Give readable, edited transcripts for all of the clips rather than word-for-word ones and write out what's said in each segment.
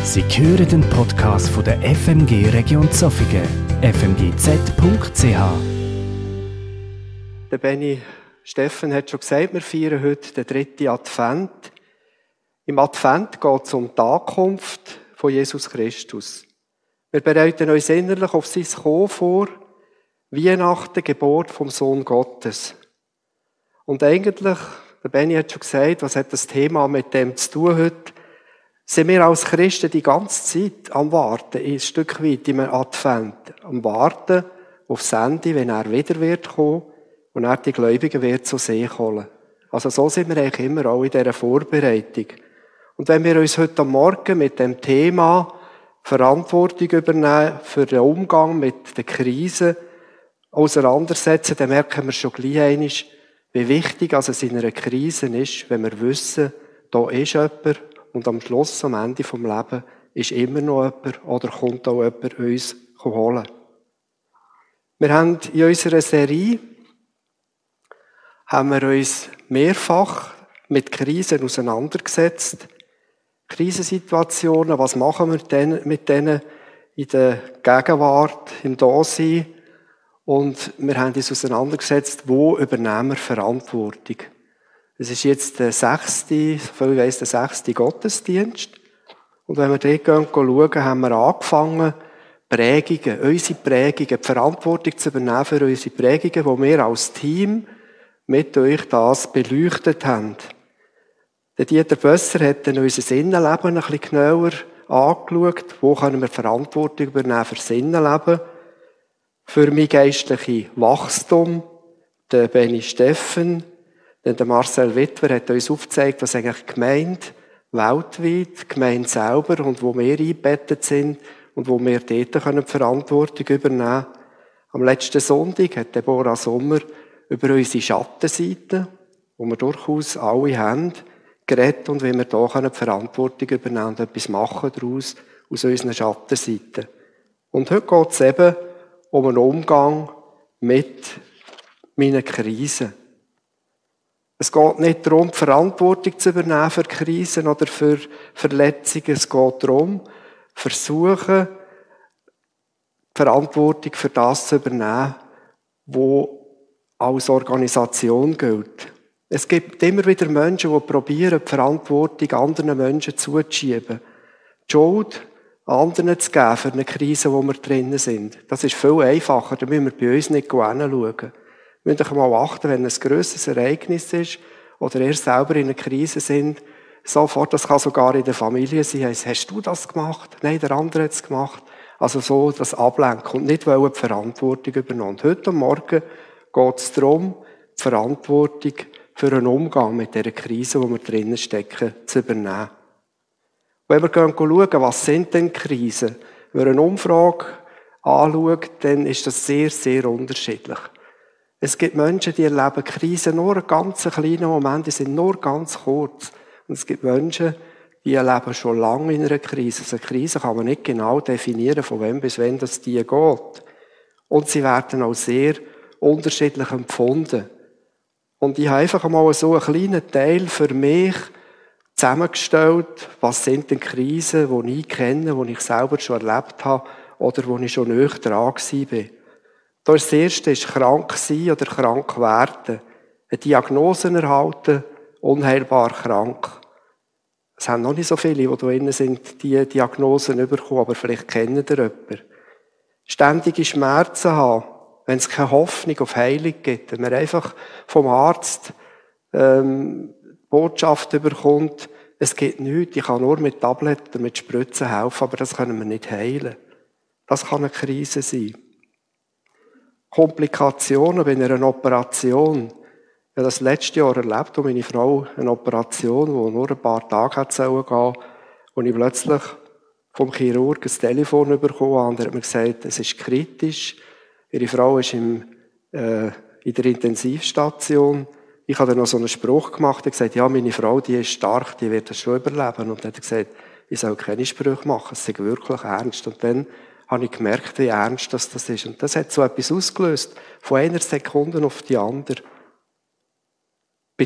Sie hören den Podcast von der FMG Region Zofingen, fmgz.ch. Der Benny Steffen hat schon gesagt, wir feiern heute den 3. Advent. Im Advent geht es um die Ankunft von Jesus Christus. Wir bereiten uns innerlich auf sein Kommen vor, Weihnachten, Geburt vom Sohn Gottes. Und eigentlich, der Benny hat schon gesagt, was hat das Thema mit dem zu tun heute? Sind wir als Christen die ganze Zeit am Warten, ein Stück weit im Advent, am Warten auf das Ende, wenn er wieder wird kommen und er die Gläubigen wird zu sich holen. Also so sind wir eigentlich immer auch in dieser Vorbereitung. Und wenn wir uns heute Morgen mit dem Thema Verantwortung übernehmen für den Umgang mit den Krisen auseinandersetzen, dann merken wir schon gleich einmal, wie wichtig es in einer Krise ist, wenn wir wissen, da ist jemand und am Schluss, am Ende des Lebens, ist immer noch jemand oder kommt auch jemand uns holen. Wir haben in unserer Serie uns mehrfach mit Krisen auseinandergesetzt. Krisensituationen, was machen wir denn mit denen in der Gegenwart, im Dasein? Und wir haben uns auseinandergesetzt, wo übernehmen wir Verantwortung. Es ist jetzt der 6. Gottesdienst. Und wenn wir dort schauen, haben wir angefangen, unsere Prägungen, die Verantwortung zu übernehmen für unsere Prägungen, die wir als Team mit euch das beleuchtet haben. Der Dieter Bösser hat dann unser Innenleben ein bisschen genauer angeschaut. Wo können wir Verantwortung übernehmen für das Innenleben? Für mein geistliches Wachstum. Der Benny Steffen, denn der Marcel Wittwer hat uns aufgezeigt, was eigentlich die Gemeinde weltweit, die Gemeinde selber und wo wir eingebettet sind und wo wir dort die Verantwortung übernehmen können. Am letzten Sonntag hat Deborah Sommer über unsere Schattenseiten, die wir durchaus alle haben, geredet und wie wir da die Verantwortung übernehmen und etwas machen daraus, aus unseren Schattenseiten. Und heute geht es eben um einen Umgang mit meinen Krisen. Es geht nicht darum, die Verantwortung zu übernehmen für Krisen oder für Verletzungen. Es geht darum, versuchen, die Verantwortung für das zu übernehmen, was als Organisation gilt. Es gibt immer wieder Menschen, die probieren, die Verantwortung anderen Menschen zuzuschieben. Die Schuld anderen zu geben für eine Krise, wo wir drinnen sind. Das ist viel einfacher, da müssen wir bei uns nicht hinschauen. Wir müssen mal achten, wenn ein grosses Ereignis ist oder ihr selber in einer Krise sind, sofort, das kann sogar in der Familie sein, hast du das gemacht? Nein, der andere hat es gemacht. Also so das Ablenken und nicht die Verantwortung übernehmen. Und heute Morgen geht es darum, die Verantwortung für einen Umgang mit dieser Krise, wo wir drinnen stecken, zu übernehmen. Wenn wir schauen, was sind denn Krisen? Wenn wir eine Umfrage anschauen, dann ist das sehr, sehr unterschiedlich. Es gibt Menschen, die erleben Krisen nur einen ganz kleinen Moment, die sind nur ganz kurz. Und es gibt Menschen, die erleben schon lange in einer Krise. Also eine Krise kann man nicht genau definieren, von wem bis wann das die geht. Und sie werden auch sehr unterschiedlich empfunden. Und ich habe einfach mal so einen kleinen Teil für mich zusammengestellt, was sind denn Krisen, die ich kenne, die ich selber schon erlebt habe oder wo ich schon näher dran war. Das erste ist krank sein oder krank werden. Eine Diagnose erhalten, unheilbar krank. Es haben noch nicht so viele, die da drinnen sind, die Diagnosen bekommen, aber vielleicht kennen ihr jemanden. Ständige Schmerzen haben, wenn es keine Hoffnung auf Heilung gibt, wenn man einfach vom Arzt Botschaft bekommt, es gibt nichts, ich kann nur mit Tabletten, mit Spritzen helfen, aber das können wir nicht heilen. Das kann eine Krise sein. Komplikationen bei einer Operation. Ich habe das letztes Jahr erlebt, wo meine Frau eine Operation, die nur ein paar Tage gehen sollte, und ich plötzlich vom Chirurg ein Telefon bekommen habe und er hat mir gesagt, es ist kritisch. Ihre Frau ist in der Intensivstation. Ich habe dann noch so einen Spruch gemacht und gesagt, ja, meine Frau, die ist stark, die wird das schon überleben. Und dann hat er gesagt, ich soll keine Sprüche machen, es ist wirklich ernst. Und dann habe ich gemerkt, wie ernst das ist. Und das hat so etwas ausgelöst, von einer Sekunde auf die andere.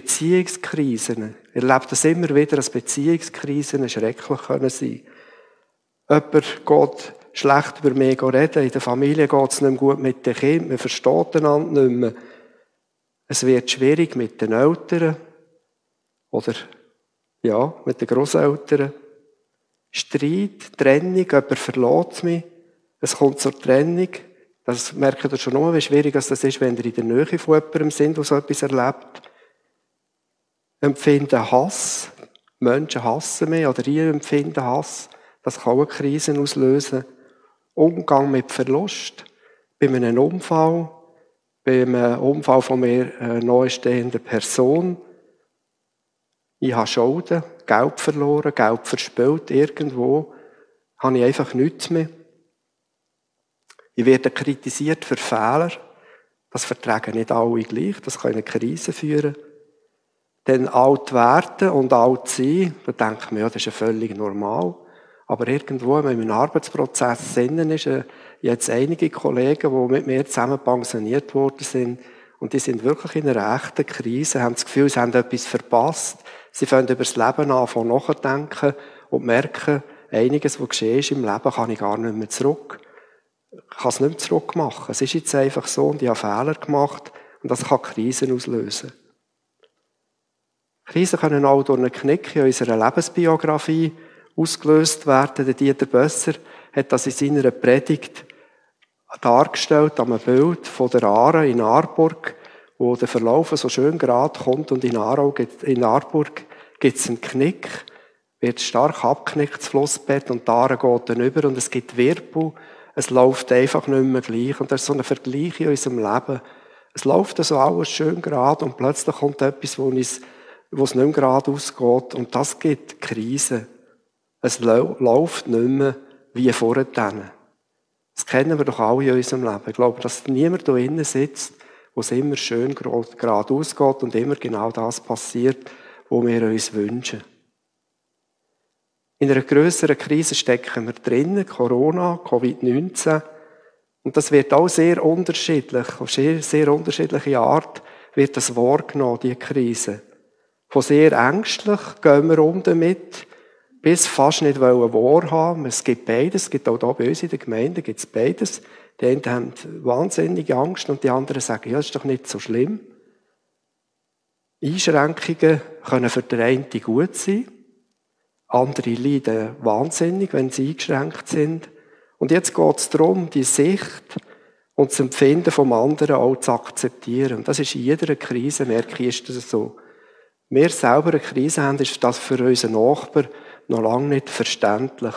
Beziehungskrisen. Ich erlebe das immer wieder, dass Beziehungskrisen schrecklich sein können. Jemand geht schlecht über mich reden, in der Familie geht es nicht mehr gut mit den Kindern, man versteht einander nicht mehr. Es wird schwierig mit den Eltern oder mit den Grosseltern. Streit, Trennung, jemand verlässt mich, es kommt zur Trennung. Das merkt ihr schon nur, wie schwierig das ist, wenn ihr in der Nähe von jemandem sind, der so etwas erlebt. Empfinden Hass. Menschen hassen mich oder ihr empfinden Hass. Das kann auch eine Krise auslösen. Umgang mit Verlust. Bei einem Unfall von mir nahestehenden Person. Ich habe Schulden, Geld verloren, Geld verspielt. Irgendwo habe ich einfach nichts mehr. Ich werde kritisiert für Fehler. Das vertragen nicht alle gleich. Das kann eine Krise führen. Dann alt werden und alt sein, da denkt man, ja, das ist ja völlig normal. Aber irgendwo, wenn man in einem Arbeitsprozess drinnen ist, jetzt einige Kollegen, die mit mir zusammen pensioniert worden sind, und die sind wirklich in einer echten Krise, haben das Gefühl, sie haben etwas verpasst. Sie fangen über das Leben anfangen nachzudenken und merken, einiges, was geschehen ist im Leben, kann ich gar nicht mehr zurück. Ich kann es nicht mehr zurückmachen. Es ist jetzt einfach so und ich habe Fehler gemacht und das kann Krisen auslösen. Krisen können auch durch einen Knick in unserer Lebensbiografie ausgelöst werden. Der Dieter Bösser hat das in seiner Predigt dargestellt an einem Bild von der Aare in Aarburg, wo der Verlauf so schön gerade kommt und in Aarburg gibt es einen Knick, wird stark abgeknickt, das Flussbett, und die Aare geht dann über und es gibt Wirbel. Es läuft einfach nicht mehr gleich. Und das ist so ein Vergleich in unserem Leben. Es läuft also alles schön gerade und plötzlich kommt etwas, wo es nicht mehr gerade ausgeht. Und das gibt Krisen. Es läuft nicht mehr wie vorher. Das kennen wir doch alle in unserem Leben. Ich glaube, dass niemand hier innen sitzt, wo es immer schön gerade ausgeht und immer genau das passiert, was wir uns wünschen. In einer grösseren Krise stecken wir drinnen, Corona, Covid-19. Und das wird auch sehr unterschiedlich, auf sehr unterschiedliche Art wird das wahrgenommen, diese Krise. Von sehr ängstlich gehen wir um damit, bis fast nicht wahrhaben. Es gibt beides, es gibt auch hier bei uns in der Gemeinde gibt es beides. Die einen haben wahnsinnige Angst und die anderen sagen, ja, das ist doch nicht so schlimm. Einschränkungen können für den einen gut sein. Andere leiden wahnsinnig, wenn sie eingeschränkt sind. Und jetzt geht es darum, die Sicht und das Empfinden vom anderen auch zu akzeptieren. Und das ist in jeder Krise, merke ich, ist das so. Wenn wir selber eine Krise haben, ist das für unseren Nachbarn noch lange nicht verständlich.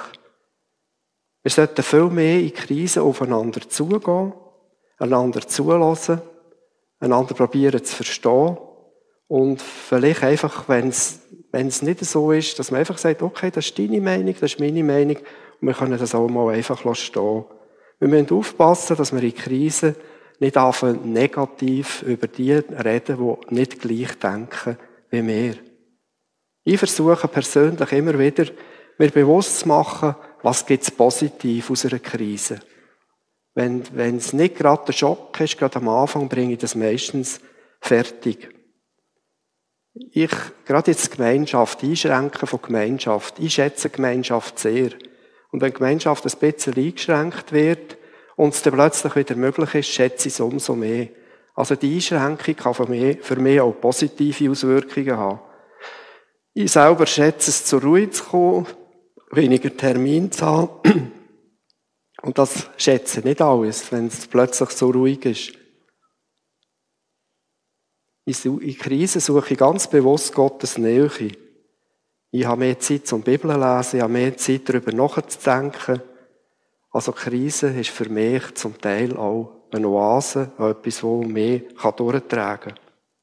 Wir sollten viel mehr in Krisen aufeinander zugehen, einander zulassen, einander probieren zu verstehen und vielleicht einfach, wenn es nicht so ist, dass man einfach sagt, okay, das ist deine Meinung, das ist meine Meinung und wir können das auch mal einfach stehen. Wir müssen aufpassen, dass wir in Krisen nicht anfangen, negativ über die reden, die nicht gleich denken wie wir. Ich versuche persönlich immer wieder, mir bewusst zu machen, was gibt es positiv aus einer Krise. Wenn es nicht gerade der Schock ist, gerade am Anfang, bringe ich das meistens fertig. Gerade jetzt Gemeinschaft, Einschränken von Gemeinschaft, ich schätze Gemeinschaft sehr. Und wenn Gemeinschaft ein bisschen eingeschränkt wird und es dann plötzlich wieder möglich ist, schätze ich es umso mehr. Also die Einschränkung kann für mich auch positive Auswirkungen haben. Ich selber schätze es, zur Ruhe zu kommen, weniger Termine zu haben. Und das schätzen nicht alles, wenn es plötzlich so ruhig ist. In Krisen suche ich ganz bewusst Gottes Nähe. Ich habe mehr Zeit zum Bibel lesen, ich habe mehr Zeit, darüber nachzudenken. Also Krise ist für mich zum Teil auch eine Oase, etwas, das mich durchtragen kann.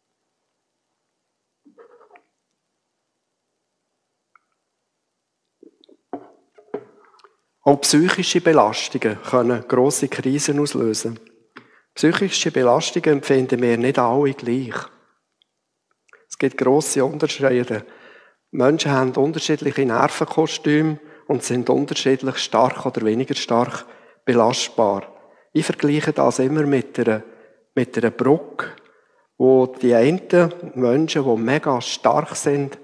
Auch psychische Belastungen können grosse Krisen auslösen. Psychische Belastungen empfinden wir nicht alle gleich. Es gibt grosse Unterschiede. Menschen haben unterschiedliche Nervenkostüme und sind unterschiedlich stark oder weniger stark belastbar. Ich vergleiche das immer mit einer Brücke, wo die einen Menschen, die mega stark sind,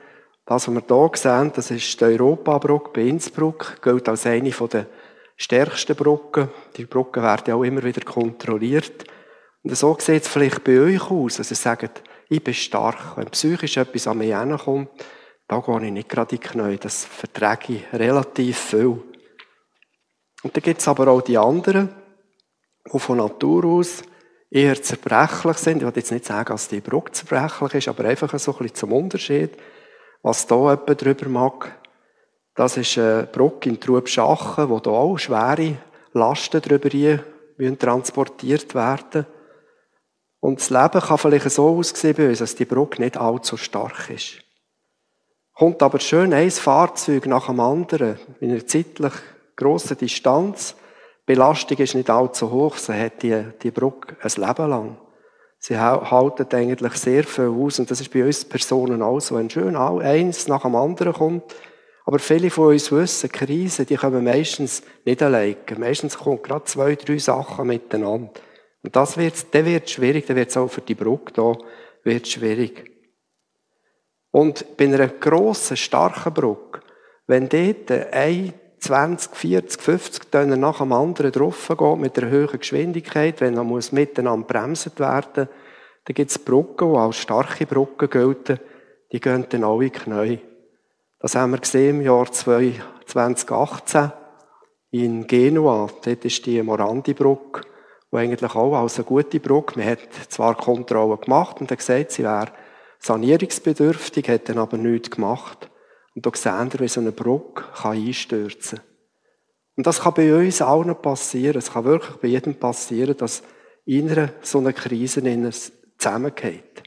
Das, was wir hier sehen, das ist die Europabrücke bei Innsbruck, gilt als eine der stärksten Brücken. Die Brücken werden ja auch immer wieder kontrolliert. Und so sieht es vielleicht bei euch aus, dass ihr sagt, ich bin stark. Wenn psychisch etwas an mich herankommt, da gehe ich nicht gerade in die Knie. Das vertrage ich relativ viel. Und dann gibt es aber auch die anderen, die von Natur aus eher zerbrechlich sind. Ich will jetzt nicht sagen, dass die Brücke zerbrechlich ist, aber einfach so ein bisschen zum Unterschied. Was da jemand drüber mag, das ist eine Brücke in Trubschachen, wo da auch schwere Lasten drüber transportiert werden. Und das Leben kann vielleicht so aussehen bei uns, dass die Brücke nicht allzu stark ist. Kommt aber schön ein Fahrzeug nach dem anderen, in einer zeitlich grossen Distanz. Die Belastung ist nicht allzu hoch, so hat die Brücke ein Leben lang. Sie halten eigentlich sehr viel aus und das ist bei uns Personen auch so. Wenn schön eins nach dem anderen kommt, aber viele von uns wissen, Krisen, die kommen meistens nicht alleine. Meistens kommen gerade 2, 3 Sachen miteinander. Und dann wird es schwierig, dann wird es auch für die Brücke da, wird schwierig. Und bei einer grossen, starken Brücke, wenn dort 20, 40, 50 Tonnen nach dem anderen drauf geht, mit einer hohen Geschwindigkeit, wenn man miteinander bremsen werden, dann gibt es Brücken, die als starke Brücken gelten, die gehen dann alle in die Knie. Das haben wir gesehen im Jahr 2018 in Genua. Dort ist die Morandi-Brücke, die eigentlich auch als eine gute Brücke, man hat zwar Kontrollen gemacht und hat gesagt, sie wäre sanierungsbedürftig, hat dann aber nichts gemacht. Und da sehen wir, wie so eine Brücke einstürzen kann. Und das kann bei uns allen passieren. Es kann wirklich bei jedem passieren, dass in einer so einer Krise zusammengeht.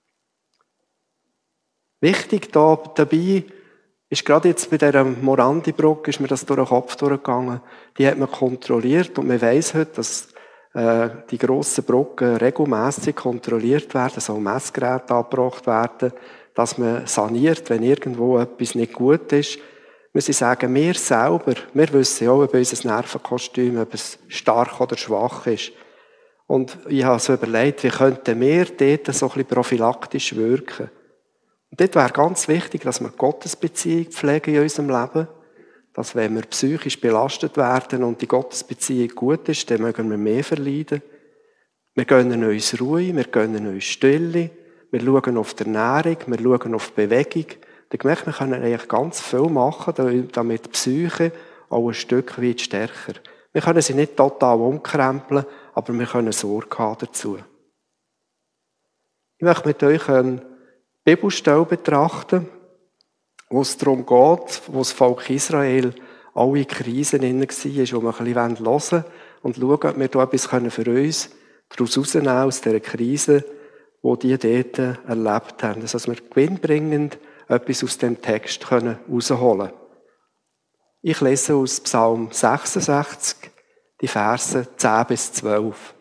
Wichtig dabei ist gerade jetzt bei dieser Morandi-Brücke, ist mir das durch den Kopf durchgegangen. Die hat man kontrolliert und man weiss heute, dass die grossen Brücken regelmässig kontrolliert werden, so Messgeräte angebracht werden, dass man saniert, wenn irgendwo etwas nicht gut ist. Muss ich sagen, wir selber, wir wissen ja auch über unser Nervenkostüm, ob es stark oder schwach ist. Und ich habe so überlegt, wie könnten wir dort so ein bisschen prophylaktisch wirken. Und dort wäre ganz wichtig, dass wir Gottesbeziehung pflegen in unserem Leben. Dass wenn wir psychisch belastet werden und die Gottesbeziehung gut ist, dann mögen wir mehr verleiden. Wir gönnen uns Ruhe, wir gönnen uns Stille, wir schauen auf die Ernährung, wir schauen auf die Bewegung. Dann merkt man, wir können eigentlich ganz viel machen, damit die Psyche auch ein Stück weit stärker. Wir können sie nicht total umkrempeln, aber wir können Sorge haben dazu. Ich möchte mit euch eine Bibelstelle betrachten, wo es darum geht, wo das Volk Israel alle Krisen drin war, wo wir ein bisschen hören und schauen, ob wir da etwas für uns daraus herausnehmen aus dieser Krise, die dort erlebt haben. Dass wir gewinnbringend etwas aus dem Text herausholen können. Ich lese aus Psalm 66, die Verse 10 bis 12.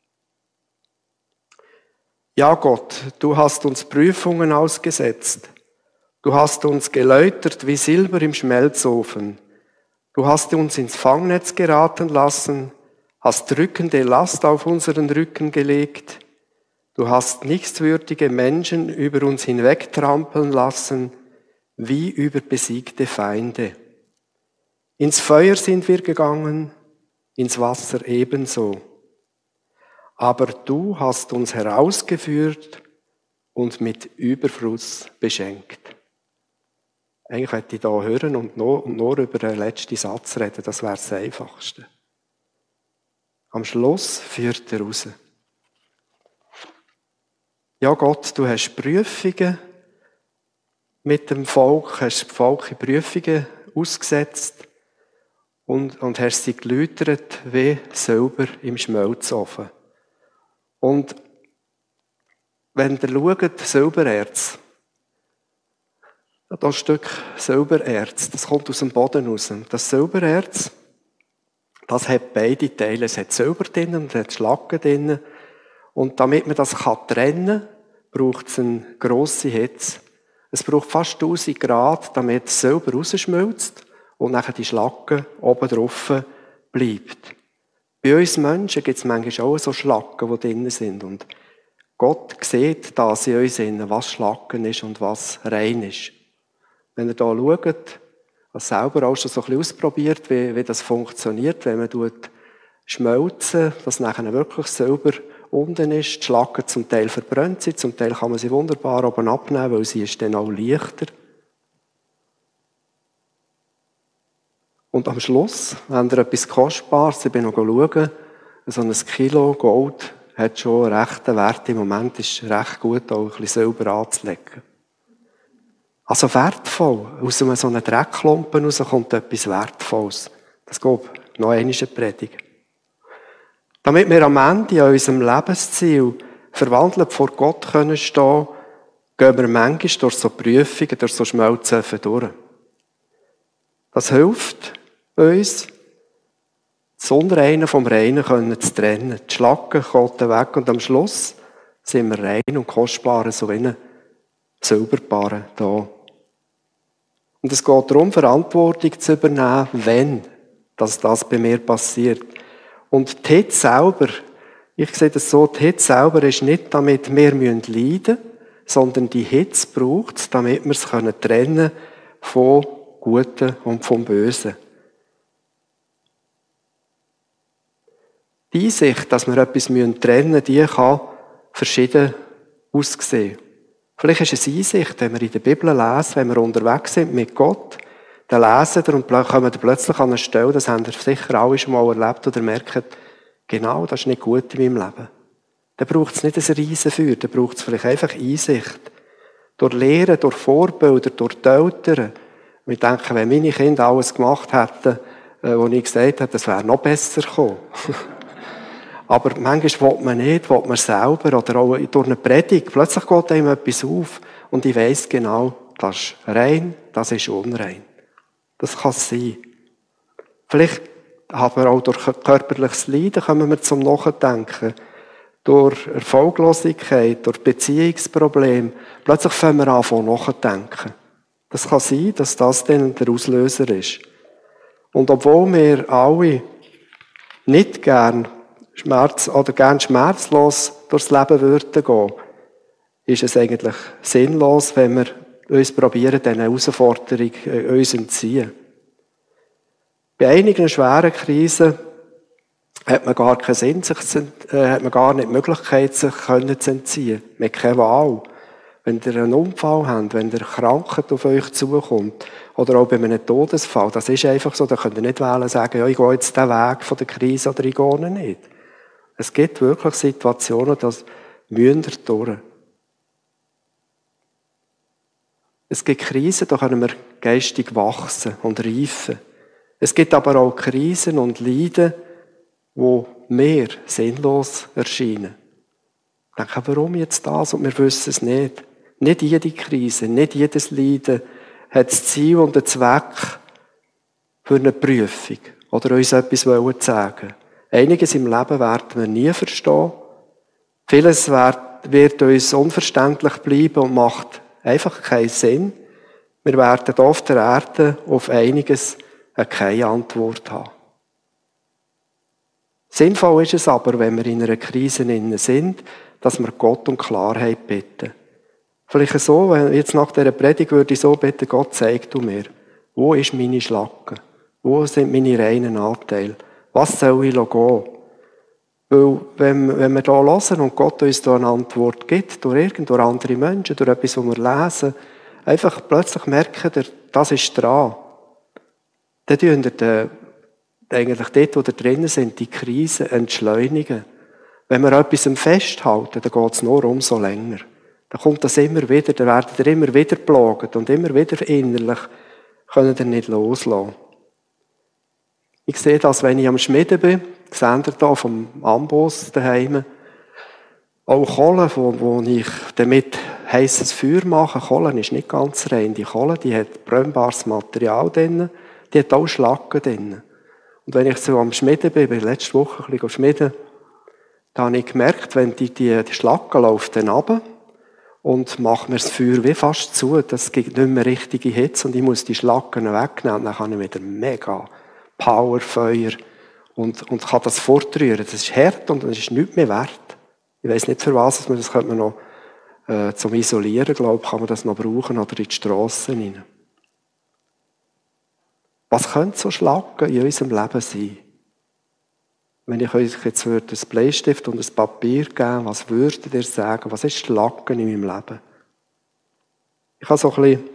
Ja Gott, du hast uns Prüfungen ausgesetzt. Du hast uns geläutert wie Silber im Schmelzofen. Du hast uns ins Fangnetz geraten lassen, hast drückende Last auf unseren Rücken gelegt. Du hast nichtswürdige Menschen über uns hinwegtrampeln lassen, wie über besiegte Feinde. Ins Feuer sind wir gegangen, ins Wasser ebenso. Aber du hast uns herausgeführt und mit Überfluss beschenkt. Eigentlich möchte ich hier hören und nur über den letzten Satz reden, das wäre das Einfachste. Am Schluss führt er raus. Ja Gott, du hast Prüfungen mit dem Volk, hast das Volk in Prüfungen ausgesetzt und hast sie geläutert wie Silber im Schmelzofen. Und wenn ihr schaut, Silbererz, das Stück Silbererz, das kommt aus dem Boden raus. Das Silbererz, das hat beide Teile. Es hat Silber drin und es hat Schlacken drin. Und damit man das trennen kann, braucht es eine grosse Hitze. Es braucht fast 1000 Grad, damit das Silber rausschmilzt und nachher die Schlacken oben drauf bleibt. Bei uns Menschen gibt es manchmal auch so Schlacken, die drin sind. Und Gott sieht das in uns, was Schlacken ist und was rein ist. Wenn ihr hier schaut, was selber auch schon so ein bisschen ausprobiert, wie das funktioniert, wenn man schmelzen, dass nachher wirklich sauber unten ist, die Schlacken zum Teil verbrannt sind, zum Teil kann man sie wunderbar oben abnehmen, weil sie ist dann auch leichter. Und am Schluss, wenn ihr etwas Kostbares, ich bin noch schauen, so ein Kilo Gold hat schon einen rechten Wert. Im Moment ist es recht gut, auch ein bisschen Silber anzulegen. Also wertvoll. Aus so einem Dreckklumpen raus kommt etwas Wertvolles. Das geht noch einmal eine Predigt. Damit wir am Ende an unserem Lebensziel verwandelt vor Gott stehen können, gehen wir manchmal durch so Prüfungen, durch so Schmelzöfen durch. Das hilft uns, das Unreine vom Reinen zu trennen. Die Schlacken koten weg und am Schluss sind wir rein und kostbar, so wie ein Silberbarren da. Und es geht darum, Verantwortung zu übernehmen, wenn das bei mir passiert. Und die Hitze selber, ich sehe das so, die Hitze selber ist nicht, damit wir leiden müssen, sondern die Hitze braucht es, damit wir es trennen können vom Guten und vom Bösen. Die Einsicht, dass wir etwas trennen müssen, die kann verschieden aussehen. Vielleicht ist es Einsicht, wenn wir in der Bibel lesen, wenn wir unterwegs sind mit Gott, dann lesen wir und kommen plötzlich an eine Stelle, das haben wir sicher alle schon mal erlebt oder merken, genau, das ist nicht gut in meinem Leben. Dann braucht es nicht ein Riesenfeuer, dann braucht es vielleicht einfach Einsicht. Durch Lehren, durch Vorbilder, durch die Eltern. Wir denken, wenn meine Kinder alles gemacht hätten, wo ich gesagt habe, das wäre noch besser gekommen. Aber manchmal will man nicht, will man selber oder auch durch eine Predigt. Plötzlich geht einem etwas auf und ich weiss genau, das ist rein, das ist unrein. Das kann sein. Vielleicht haben wir auch durch körperliches Leiden, kommen wir zum Nachdenken. Durch Erfolglosigkeit, durch Beziehungsprobleme. Plötzlich fangen wir an nachzudenken. Das kann sein, dass das dann der Auslöser ist. Und obwohl wir alle nicht gern schmerzlos durchs Leben würden gehen, ist es eigentlich sinnlos, wenn wir uns probieren, diese Herausforderung uns entziehen. Bei einigen schweren Krisen hat man gar keinen Sinn, hat man gar nicht die Möglichkeit, sich zu entziehen. Man hat keine Wahl. Wenn ihr einen Unfall habt, wenn ihr Krankheit auf euch zukommt, oder auch bei einem Todesfall, das ist einfach so, da könnt ihr nicht wählen sagen, ja, ich gehe jetzt den Weg von der Krise oder ich gehe nicht. Es gibt wirklich Situationen, das müsst ihr durch. Es gibt Krisen, da können wir geistig wachsen und reifen. Es gibt aber auch Krisen und Leiden, wo mehr sinnlos erscheinen. Ich denke, warum jetzt das? Und wir wissen es nicht. Nicht jede Krise, nicht jedes Leiden hat das Ziel und den Zweck für eine Prüfung oder uns etwas zu sagen. Einiges im Leben werden wir nie verstehen. Vieles wird uns unverständlich bleiben und macht einfach keinen Sinn. Wir werden auf der Erde auf einiges keine Antwort haben. Sinnvoll ist es aber, wenn wir in einer Krise sind, dass wir Gott um Klarheit bitten. Vielleicht so, wenn jetzt nach dieser Predigt würde ich so bitten, Gott, zeig du mir, wo ist meine Schlacke? Wo sind meine reinen Anteile? Was soll ich gehen? Weil, wenn wir hier hören und Gott uns da eine Antwort gibt, durch andere Menschen, durch etwas, was wir lesen, einfach plötzlich merken, das ist dran. Dann tun wir eigentlich dort, wo wir drinnen sind, die Krise entschleunigen. Wenn wir etwas festhalten, dann geht es nur umso länger. Dann kommt das immer wieder, dann werdet ihr immer wieder geplagt und immer wieder innerlich können ihr nicht loslassen. Ich sehe das, wenn ich am Schmieden bin, seht ihr hier vom Amboss daheim, auch Kohle, wo ich damit heisses Feuer mache. Kohle ist nicht ganz rein. Die Kohle, die hat brennbares Material drin, die hat auch Schlacken drin. Und wenn ich so am Schmieden bin, ich letzte Woche ein bisschen schmieden, da habe ich gemerkt, wenn die Schlacken läuft dann runter und macht mir das Feuer wie fast zu, das gibt nicht mehr richtige Hitze und ich muss die Schlacken wegnehmen und dann kann ich wieder mega Powerfeuer und kann das fortrühren. Das ist hart und das ist nichts mehr wert. Ich weiss nicht, für was man das könnte man noch zum Isolieren, glaube ich, kann man das noch brauchen oder in die Strassen rein. Was könnte so Schlacken in unserem Leben sein? Wenn ich euch jetzt einen Bleistift und ein Papier geben, was würdet ihr sagen? Was ist Schlacken in meinem Leben? Ich habe so ein bisschen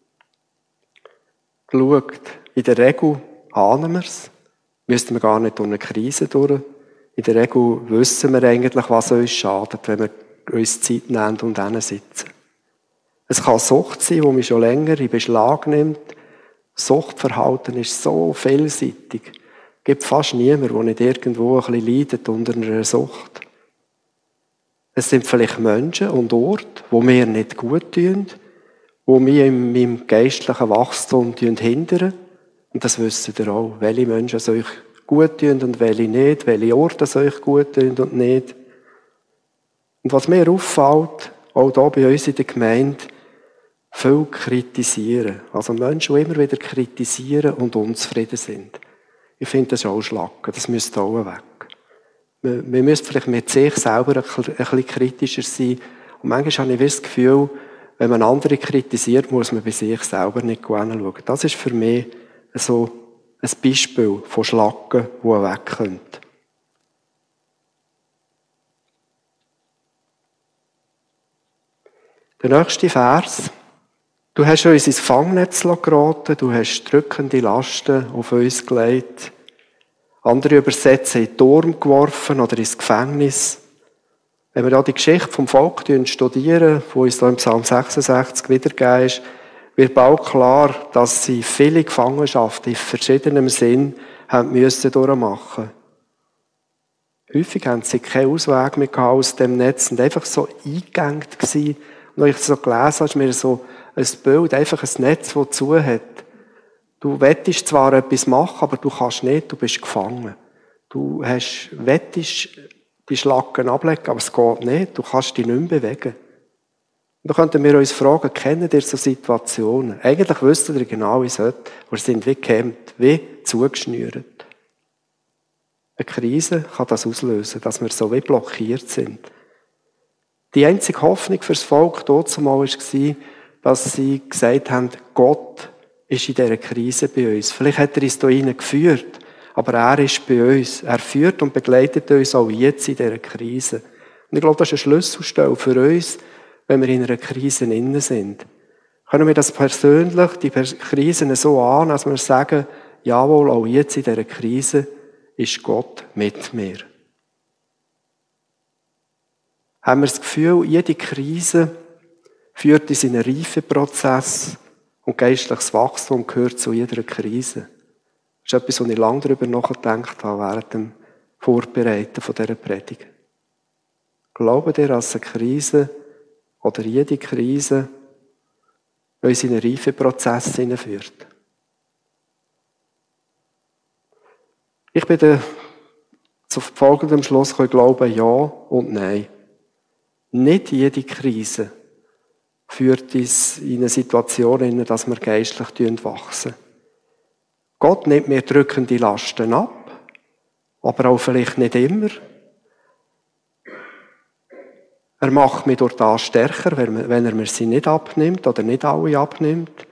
geschaut. In der Regel ahnen wir es. Müssten wir gar nicht durch eine Krise durch. In der Regel wissen wir eigentlich, was uns schadet, wenn wir uns Zeit nehmen und sitzen. Es kann Sucht sein, die mich schon länger in Beschlag nimmt. Suchtverhalten ist so vielseitig. Es gibt fast niemanden, der nicht irgendwo ein bisschen leidet unter einer Sucht. Es sind vielleicht Menschen und Orte, die mir nicht gut tun, die mich in meinem geistlichen Wachstum hindern. Und das wisst ihr auch, welche Menschen es euch gut tun und welche nicht, welche Orte es euch gut tun und nicht. Und was mir auffällt, auch hier bei uns in der Gemeinde, viel kritisieren. Also Menschen, die immer wieder kritisieren und unzufrieden sind. Ich finde das auch Schlacken, das müsste auch weg. Man müsste vielleicht mit sich selber ein bisschen kritischer sein. Und manchmal habe ich das Gefühl, wenn man andere kritisiert, muss man bei sich selber nicht hinschauen. Das ist für mich so ein Beispiel von Schlacken, die weg können. Der nächste Vers. Du hast uns ins Fangnetz geraten, du hast drückende Lasten auf uns gelegt. Andere übersetzen in den Turm geworfen oder ins Gefängnis. Wenn wir da die Geschichte vom Volk studieren, die uns da im Psalm 66 wiedergegeben ist, wird bald klar, dass sie viele Gefangenschaften in verschiedenem Sinn haben müssen durchmachen. Häufig haben sie keinen Ausweg mehr aus dem Netz und einfach so eingegangen gewesen. Und als ich so gelesen habe, ist mir so ein Bild, einfach ein Netz, das zu hat. Du wettest zwar etwas machen, aber du kannst nicht, du bist gefangen. Du wettest die Schlacken ablegen, aber es geht nicht, du kannst dich nicht mehr bewegen. Und da könnten wir uns fragen, kennt ihr so Situationen? Eigentlich wisst ihr genau, wie es ist. Wir sind wie gehemmt, wie zugeschnürt. Eine Krise kann das auslösen, dass wir so wie blockiert sind. Die einzige Hoffnung für das Volk dort zumal war, dass sie gesagt haben, Gott ist in dieser Krise bei uns. Vielleicht hat er uns hier geführt, aber er ist bei uns. Er führt und begleitet uns auch jetzt in dieser Krise. Und ich glaube, das ist eine Schlüsselstelle für uns, wenn wir in einer Krise innen sind. Können wir das persönlich, die Krisen so an, dass wir sagen, jawohl, auch jetzt in dieser Krise ist Gott mit mir. Haben wir das Gefühl, jede Krise führt uns in einen Reifeprozess und geistliches Wachstum gehört zu jeder Krise. Das ist etwas, wo ich lange darüber nachgedacht habe während dem Vorbereiten von dieser Predigt. Glaubt ihr, dass eine Krise oder jede Krise uns in einen Reifeprozess hineinführt? Ich bin zu folgendem Schluss glauben, ja und nein. Nicht jede Krise führt uns in eine Situation, in der wir geistlich wachsen. Gott nimmt mir drückende Lasten ab, aber auch vielleicht nicht immer. Er macht mich durch das stärker, wenn er mir sie nicht abnimmt oder nicht alle abnimmt.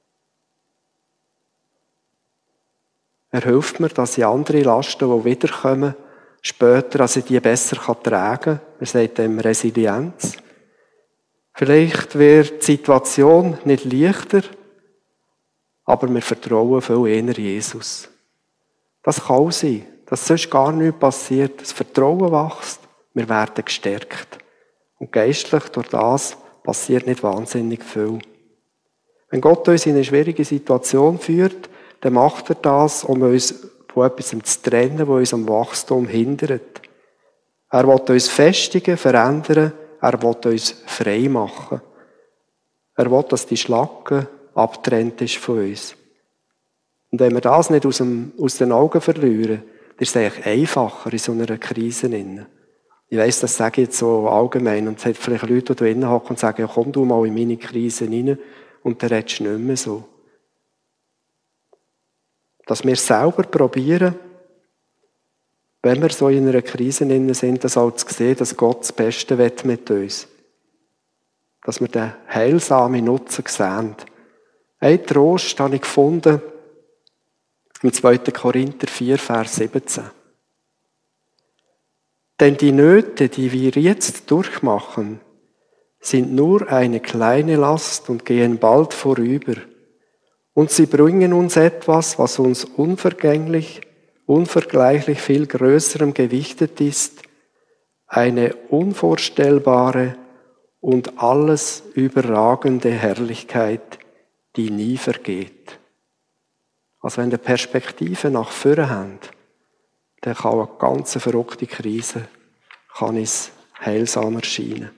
Er hilft mir, dass ich andere Lasten, die wiederkommen, später, als ich die besser tragen kann. Er sagt dem Resilienz. Vielleicht wird die Situation nicht leichter, aber wir vertrauen viel eher Jesus. Das kann auch sein, dass sonst gar nichts passiert. Das Vertrauen wächst, wir werden gestärkt. Und geistlich durch das passiert nicht wahnsinnig viel. Wenn Gott uns in eine schwierige Situation führt, dann macht er das, um uns von etwas zu trennen, was uns am Wachstum hindert. Er will uns festigen, verändern, er will uns frei machen. Er will, dass die Schlacke abgetrennt ist von uns. Und wenn wir das nicht aus den Augen verlieren, dann ist es eigentlich einfacher in so einer Krise. Ich weiss, das sage ich jetzt so allgemein. Und es hat vielleicht Leute, die da drinnen hocken und sagen, ja, komm du mal in meine Krise rein. Und dann redest du nicht mehr so. Dass wir selber probieren, wenn wir so in einer Krise sind, das auch zu sehen, dass Gott das Beste will mit uns. Dass wir den heilsamen Nutzen sehen. Ein Trost habe ich gefunden, Im 2. Korinther 4, Vers 17. Denn die Nöte, die wir jetzt durchmachen, sind nur eine kleine Last und gehen bald vorüber. Und sie bringen uns etwas, was uns unvergänglich, unvergleichlich viel größerem gewichtet ist, eine unvorstellbare und alles überragende Herrlichkeit, die nie vergeht. Also wenn wir Perspektive nach vorne haben, dann kann eine ganz verrückte Krise uns heilsam erscheinen.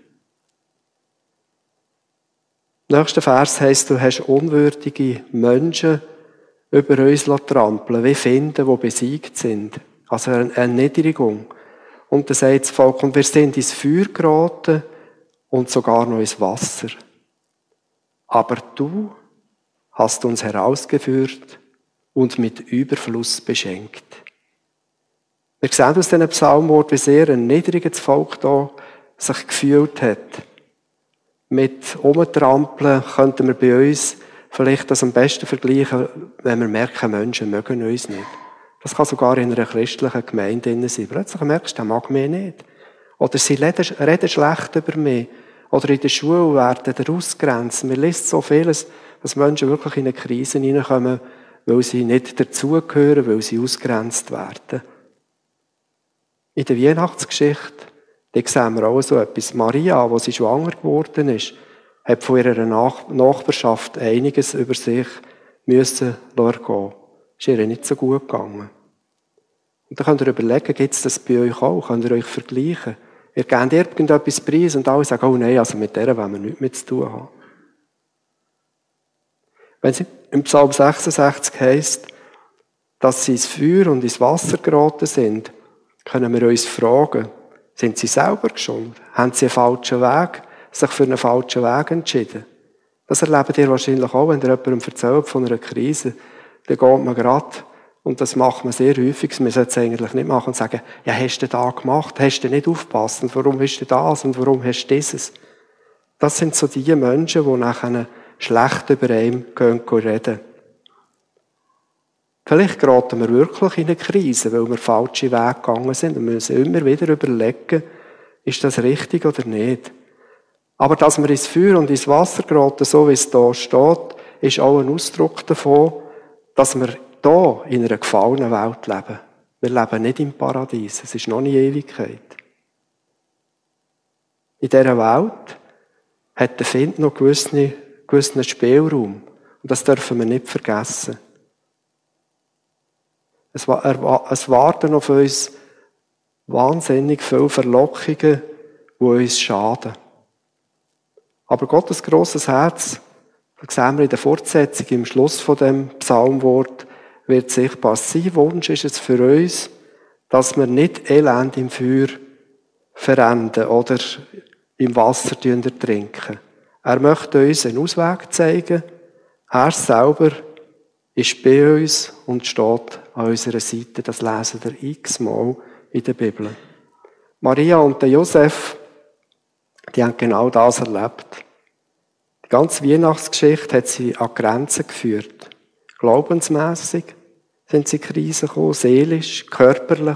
Im nächsten Vers heisst, du hast unwürdige Menschen über uns trampeln, wie Finden, die besiegt sind. Also eine Erniedrigung. Und dann sagt das Volk, und wir sind ins Feuer geraten und sogar noch ins Wasser. Aber du hast uns herausgeführt und mit Überfluss beschenkt. Wir sehen aus diesem Psalmwort, wie sehr ein niedriges Volk da sich gefühlt hat. Mit Umtrampeln könnten wir bei uns vielleicht das am besten vergleichen, wenn wir merken, Menschen mögen uns nicht. Das kann sogar in einer christlichen Gemeinde sein. Plötzlich merkst du, der mag mich nicht. Oder sie reden schlecht über mich. Oder in der Schule werden sie ausgrenzt. Man liest so vieles, dass Menschen wirklich in eine Krise hineinkommen, weil sie nicht dazugehören, weil sie ausgrenzt werden. In der Weihnachtsgeschichte, da sehen wir auch so etwas. Maria, als sie schwanger geworden ist, hat von ihrer Nachbarschaft einiges über sich müssen gehen. Ist ihr nicht so gut gegangen. Und dann könnt ihr überlegen, gibt es das bei euch auch? Könnt ihr euch vergleichen? Ihr gebt irgendetwas preis und alle sagen, oh nein, also mit der wollen wir nichts mehr zu tun haben. Wenn es im Psalm 66 heisst, dass sie ins Feuer und ins Wasser geraten sind, können wir uns fragen, sind sie selber schuld? Haben sie sich für einen falschen Weg entschieden? Das erlebt ihr wahrscheinlich auch, wenn ihr jemandem erzählt von einer Krise. Dann geht man gerade, und das macht man sehr häufig, man sollte es eigentlich nicht machen, und sagen, ja, hast du da gemacht? Hast du nicht aufgepasst? Und warum hast du das? Und warum hast du dieses? Das sind so die Menschen, die nachher schlecht über ihn reden. Vielleicht geraten wir wirklich in eine Krise, weil wir falsche Wege gegangen sind und müssen immer wieder überlegen, ist das richtig oder nicht. Aber dass wir ins Feuer und ins Wasser geraten, so wie es da steht, ist auch ein Ausdruck davon, dass wir hier in einer gefallenen Welt leben. Wir leben nicht im Paradies, es ist noch nie Ewigkeit. In dieser Welt hat der Find noch gewissen Spielraum. Und das dürfen wir nicht vergessen. Es warten auf uns wahnsinnig viele Verlockungen, die uns schaden. Aber Gottes grosses Herz, das sehen wir in der Fortsetzung, im Schluss von dem Psalmwort, wird sichtbar. Sein Wunsch ist es für uns, dass wir nicht Elend im Feuer verenden oder im Wasser trinken. Er möchte uns einen Ausweg zeigen. Er selber ist bei uns und steht an unserer Seite. Das lesen wir x-mal in der Bibel. Maria und der Josef, die haben genau das erlebt. Die ganze Weihnachtsgeschichte hat sie an Grenzen geführt. Glaubensmässig sind sie in Krisen gekommen, seelisch, körperlich.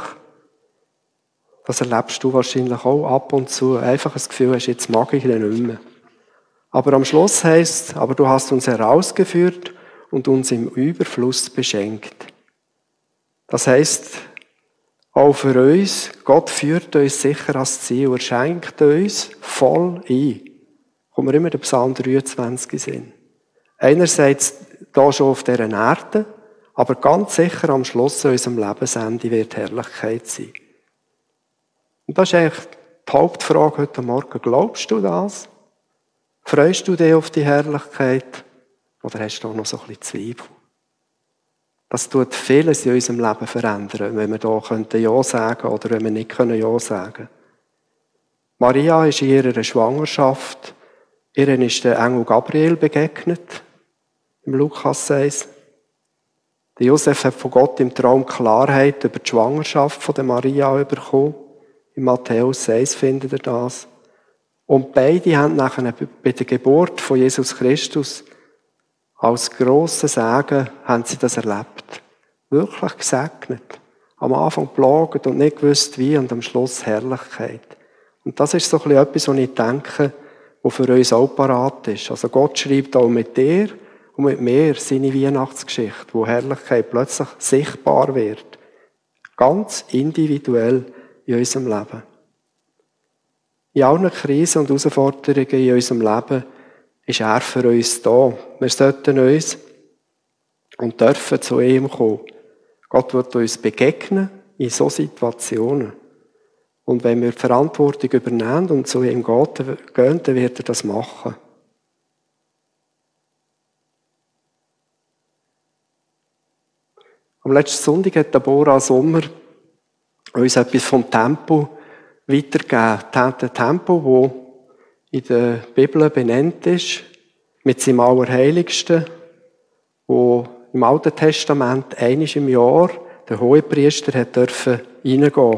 Das erlebst du wahrscheinlich auch ab und zu. Einfach das Gefühl hast, jetzt mag ich ihn nicht mehr. Aber am Schluss heisst es, aber du hast uns herausgeführt und uns im Überfluss beschenkt. Das heisst, auch für uns, Gott führt uns sicher ans Ziel. Er schenkt uns voll ein. Kommen wir immer den Psalm 23 Sinn. Einerseits da schon auf dieser Erde, aber ganz sicher am Schluss unserem Lebensende wird Herrlichkeit sein. Und das ist eigentlich die Hauptfrage heute Morgen. Glaubst du das? Freust du dich auf die Herrlichkeit? Oder hast du auch noch so ein bisschen Zweifel? Das tut vieles in unserem Leben verändern, wenn wir da Ja sagen oder wenn wir nicht Ja sagen können. Maria ist in ihrer Schwangerschaft, ihr ist der Engel Gabriel begegnet, im Lukas 6. Der Josef hat von Gott im Traum Klarheit über die Schwangerschaft von der Maria bekommen. In Matthäus 6 findet ihr das. Und beide haben nachher bei der Geburt von Jesus Christus als grossen Segen haben sie das erlebt. Wirklich gesegnet. Am Anfang geplagt und nicht gewusst wie und am Schluss Herrlichkeit. Und das ist so ein bisschen etwas, was ich denke, was für uns auch parat ist. Also Gott schreibt auch mit dir und mit mir seine Weihnachtsgeschichte, wo Herrlichkeit plötzlich sichtbar wird. Ganz individuell in unserem Leben. In allen Krisen und Herausforderungen in unserem Leben ist er für uns da. Wir sollten uns und dürfen zu ihm kommen. Gott wird uns begegnen in solchen Situationen. Und wenn wir die Verantwortung übernehmen und zu ihm gehen, dann wird er das machen. Am letzten Sonntag hat Deborah Sommer uns etwas vom Tempo weitergegeben. Der Tempo, der in der Bibel benannt ist, mit seinem Allerheiligsten, wo im Alten Testament einmal im Jahr der Hohepriester hat dürfen reingehen.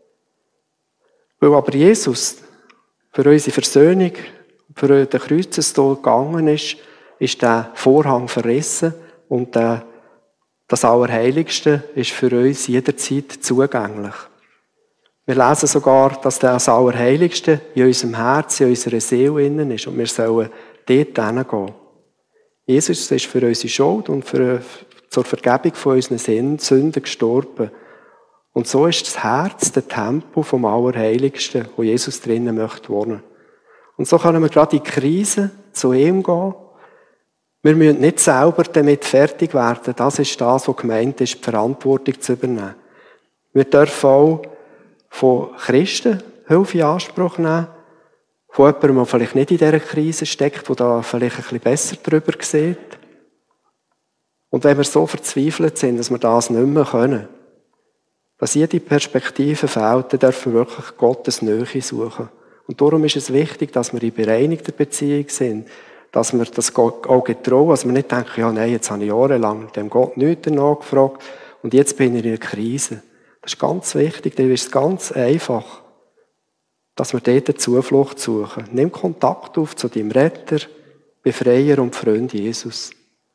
Weil aber Jesus für unsere Versöhnung, für den Kreuzestod gegangen ist, ist der Vorhang verrissen und das Allerheiligste ist für uns jederzeit zugänglich. Wir lesen sogar, dass das Allerheiligste in unserem Herzen, in unserer Seele innen ist und wir sollen dort hingehen. Jesus ist für unsere Schuld und zur Vergebung von unseren Sünden gestorben. Und so ist das Herz der Tempel vom Allerheiligsten, wo Jesus drinnen möchte wohnen. Und so können wir gerade in Krisen zu ihm gehen. Wir müssen nicht selber damit fertig werden. Das ist das, was gemeint ist, die Verantwortung zu übernehmen. Wir dürfen auch von Christen Hilfe in Anspruch nehmen. Von jemandem, der vielleicht nicht in dieser Krise steckt, der da vielleicht ein bisschen besser drüber sieht. Und wenn wir so verzweifelt sind, dass wir das nicht mehr können, dass jede Perspektive fehlt, dann dürfen wir wirklich Gottes Nähe suchen. Und darum ist es wichtig, dass wir in bereinigter Beziehung sind, dass wir das auch getrauen, dass wir nicht denken, ja nein, jetzt habe ich jahrelang dem Gott nichts nachgefragt und jetzt bin ich in einer Krise. Das ist ganz wichtig, dann ist es ganz einfach, dass wir dort eine Zuflucht suchen. Nimm Kontakt auf zu deinem Retter, Befreier und Freund Jesus.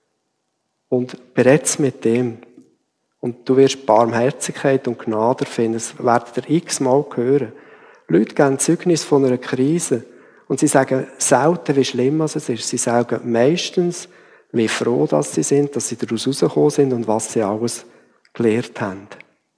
Und berät's mit dem. Und du wirst Barmherzigkeit und Gnade finden. Das werdet ihr x-mal hören. Leute geben Zeugnis von einer Krise. Und sie sagen selten, wie schlimm es ist. Sie sagen meistens, wie froh dass sie sind, dass sie daraus rausgekommen sind und was sie alles gelernt haben.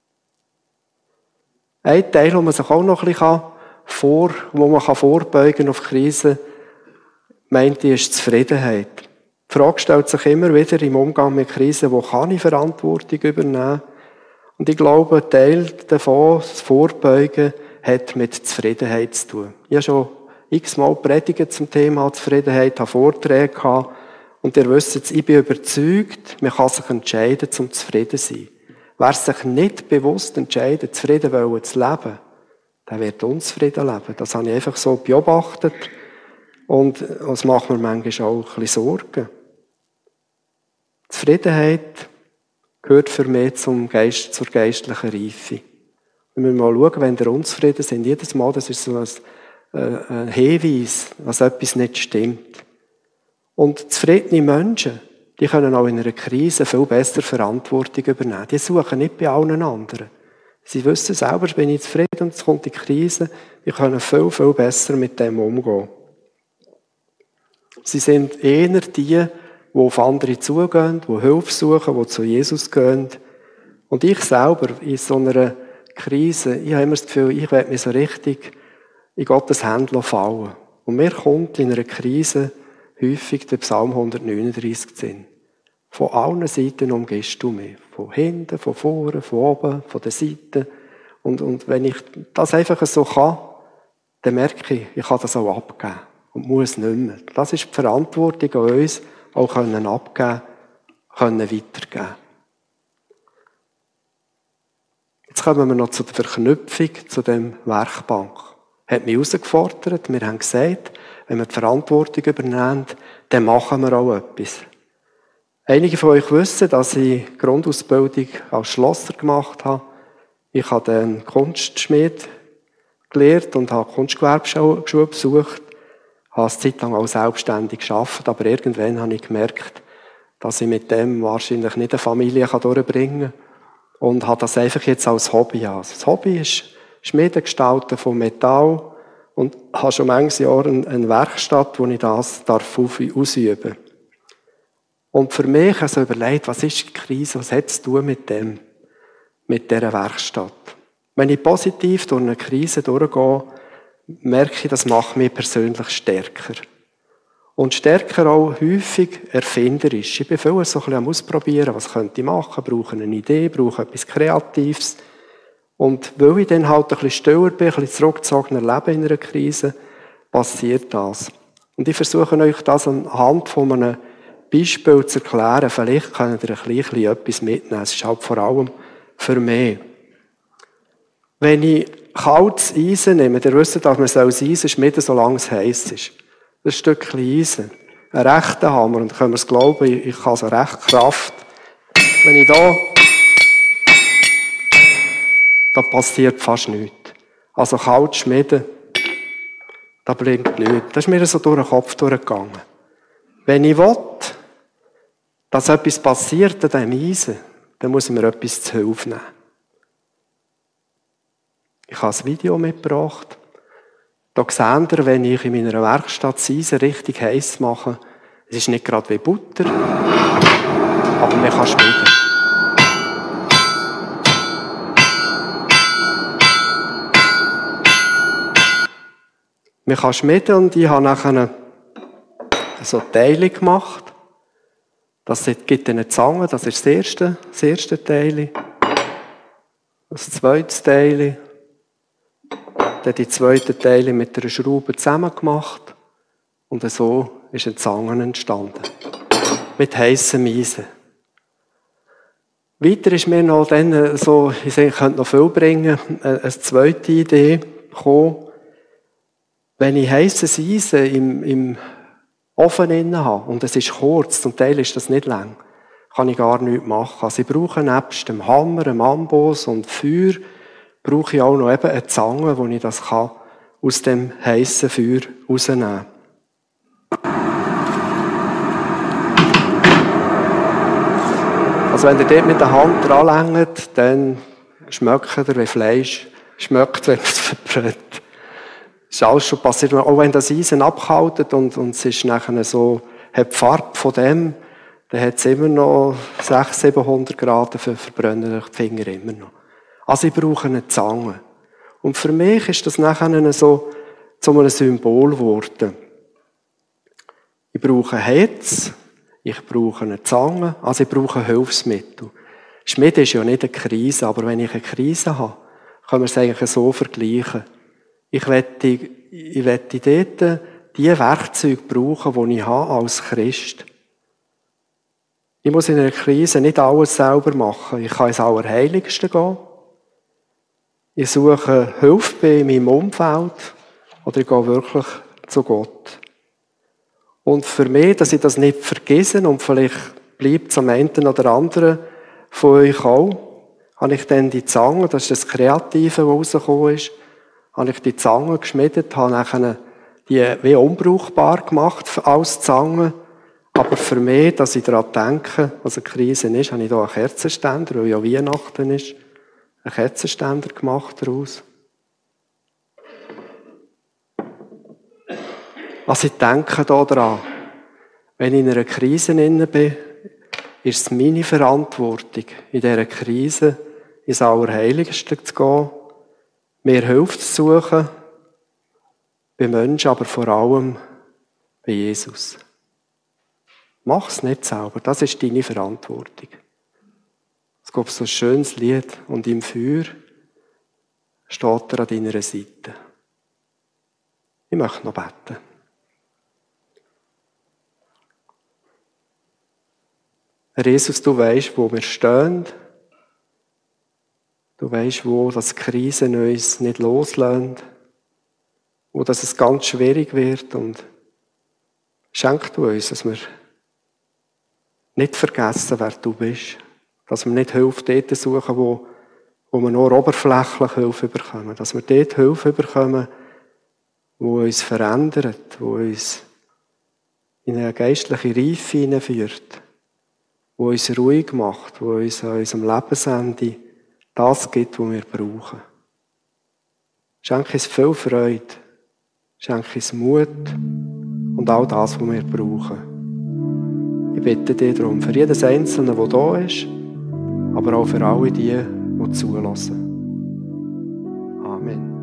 Ein Teil, wo man sich auch noch ein bisschen wo man vorbeugen auf Krisen, meint ich, ist Zufriedenheit. Die Frage stellt sich immer wieder im Umgang mit Krisen, wo kann ich Verantwortung übernehmen? Und ich glaube, ein Teil davon, das Vorbeugen, hat mit Zufriedenheit zu tun. Ich habe schon x-mal Predigen zum Thema Zufriedenheit, habe Vorträge gehabt. Und ihr wisst jetzt, ich bin überzeugt, man kann sich entscheiden, zum zufrieden zu sein. Wer sich nicht bewusst entscheidet, zufrieden zu leben, der wird unzufrieden leben. Das habe ich einfach so beobachtet. Und das macht mir manchmal auch ein bisschen Sorgen. Zufriedenheit gehört für mich zur geistlichen Reife. Wenn wir mal schauen, wenn wir unzufrieden sind, jedes Mal, das ist so ein Hinweis, dass etwas nicht stimmt. Und zufriedene Menschen, die können auch in einer Krise viel besser Verantwortung übernehmen. Die suchen nicht bei allen anderen. Sie wissen selber, bin ich zufrieden und es kommt die Krise. Die können viel, viel besser mit dem umgehen. Sie sind eher die auf andere zugehen, die Hilfe suchen, die zu Jesus gehen. Und ich selber in so einer Krise, ich habe immer das Gefühl, ich werde mich so richtig in Gottes Hände fallen. Und mir kommt in einer Krise häufig der Psalm 139 Sinn. Von allen Seiten umgehst du mich. Von hinten, von vorne, von oben, von der Seite. Und wenn ich das einfach so kann, dann merke ich kann das auch abgeben. Und muss nicht mehr. Das ist die Verantwortung an uns, auch abgeben, weitergeben. Jetzt kommen wir noch zu der Verknüpfung zu dem Werkbank. Hat mich herausgefordert. Wir haben gesagt, wenn wir die Verantwortung übernehmen, dann machen wir auch etwas. Einige von euch wissen, dass ich Grundausbildung als Schlosser gemacht habe. Ich habe dann Kunstschmied gelernt und habe Kunstgewerbeschule besucht. Ich habe eine Zeit lang auch selbstständig gearbeitet, aber irgendwann habe ich gemerkt, dass ich mit dem wahrscheinlich nicht eine Familie durchbringen kann. Und habe das einfach jetzt als Hobby. Also das Hobby ist Schmieden gestalten von Metall und habe schon manches Jahr eine Werkstatt, wo ich das ausüben darf. Und für mich also überlegt, was ist die Krise, was hat es zu tun mit dieser Werkstatt? Wenn ich positiv durch eine Krise durchgehe, merke ich, das macht mich persönlich stärker. Und stärker auch häufig erfinderisch. Ich bin viel so ein bisschen am Ausprobieren, was könnte ich machen, brauche eine Idee, brauche etwas Kreatives. Und weil ich dann halt ein bisschen stiller bin, ein bisschen zurückgezogener lebe in einer Krise, passiert das. Und ich versuche euch das anhand von einem Beispiel zu erklären. Vielleicht könnt ihr ein bisschen etwas mitnehmen. Es ist halt vor allem für mich. Wenn ich kaltes Eisen nehme, ihr wisst, dass man das Eisen schmieden, solange es heiß ist. Ein Stückchen Eisen, einen rechten Hammer, und können wir es glauben, ich habe so recht Kraft. Wenn ich da passiert fast nichts. Also kalt schmieden, da blinkt nichts. Das ist mir so durch den Kopf durchgegangen. Wenn ich will, dass etwas passiert an diesem Eisen, dann muss ich mir etwas zu Hilfe nehmen. Ich habe ein Video mitgebracht. Da seht ihr, wenn ich in meiner Werkstatt das Eisen richtig heiß mache, es ist nicht gerade wie Butter, aber man kann schmieden. Man kann schmieden und ich habe nachher so Teile gemacht. Das gibt eine Zange, das ist das erste Teil. Das zweite Teil. Dann die zweiten Teile mit einer Schraube zusammen gemacht. Und so ist eine Zange entstanden. Mit heissem Eisen. Weiter ist mir noch dann so, ich könnte noch viel bringen, eine zweite Idee gekommen. Wenn ich heisses Eisen im Ofen drin habe und es ist kurz, zum Teil ist das nicht lang, kann ich gar nichts machen. Also ich brauche nebst dem Hammer, dem Amboss und Feuer, brauche ich auch noch eben eine Zange, wo ich das kann aus dem heissen Feuer rausnehmen kann. Also wenn ihr dort mit der Hand dran lenkt, dann schmeckt ihr wie Fleisch schmeckt, wenn es verbrennt. Das ist alles schon passiert. Auch wenn das Eisen abkaltet und es ist nachher so, hat die Farbe von dem, dann hat es immer noch 600-700 Grad, für verbrennen die Finger immer noch. Also ich brauche eine Zange. Und für mich ist das nachher so zu einem Symbol geworden. Ich brauche ein Herz, ich brauche eine Zange, also ich brauche ein Hilfsmittel. Schmieden ist ja nicht eine Krise, aber wenn ich eine Krise habe, kann man es eigentlich so vergleichen. Ich wette dort die Werkzeuge brauchen, die ich habe als Christ. Ich muss in einer Krise nicht alles selber machen. Ich kann ins Allerheiligste gehen. Ich suche Hilfe bei meinem Umfeld oder ich gehe wirklich zu Gott. Und für mich, dass ich das nicht vergesse und vielleicht bleibt es am einen oder anderen von euch auch, habe ich dann die Zange, das ist das Kreative, was rausgekommen ist, habe ich die Zange geschmiedet, habe nachher die wie unbrauchbar gemacht als Zange. Aber für mich, dass ich daran denke, was eine Krise ist, habe ich hier einen Kerzenständer, weil ja Weihnachten ist, einen Kerzenständer gemacht daraus. Also ich denke hier daran, wenn ich in einer Krise bin, ist es meine Verantwortung, in dieser Krise ins Allerheiligste zu gehen, mir Hilfe zu suchen, bei Menschen, aber vor allem bei Jesus. Mach es nicht selber, das ist deine Verantwortung. Es gibt so ein schönes Lied und im Feuer steht er an deiner Seite. Ich möchte noch beten. Herr Jesus, du weisst, wo wir stehen. Du weisst, wo das Krisen uns nicht loslässt. Wo das es ganz schwierig wird. Und schenk du uns, dass wir nicht vergessen, wer du bist. Dass wir nicht Hilfe dort suchen, wo wir nur oberflächlich Hilfe bekommen. Dass wir dort Hilfe bekommen, wo uns verändert, wo uns in eine geistliche Reife hineinführt. wo uns ruhig macht, wo uns an unserem Lebensende das gibt, was wir brauchen. Schenke uns viel Freude, schenke uns Mut und all das, was wir brauchen. Ich bitte dich darum, für jedes Einzelne, der da ist, aber auch für alle die zulassen. Amen.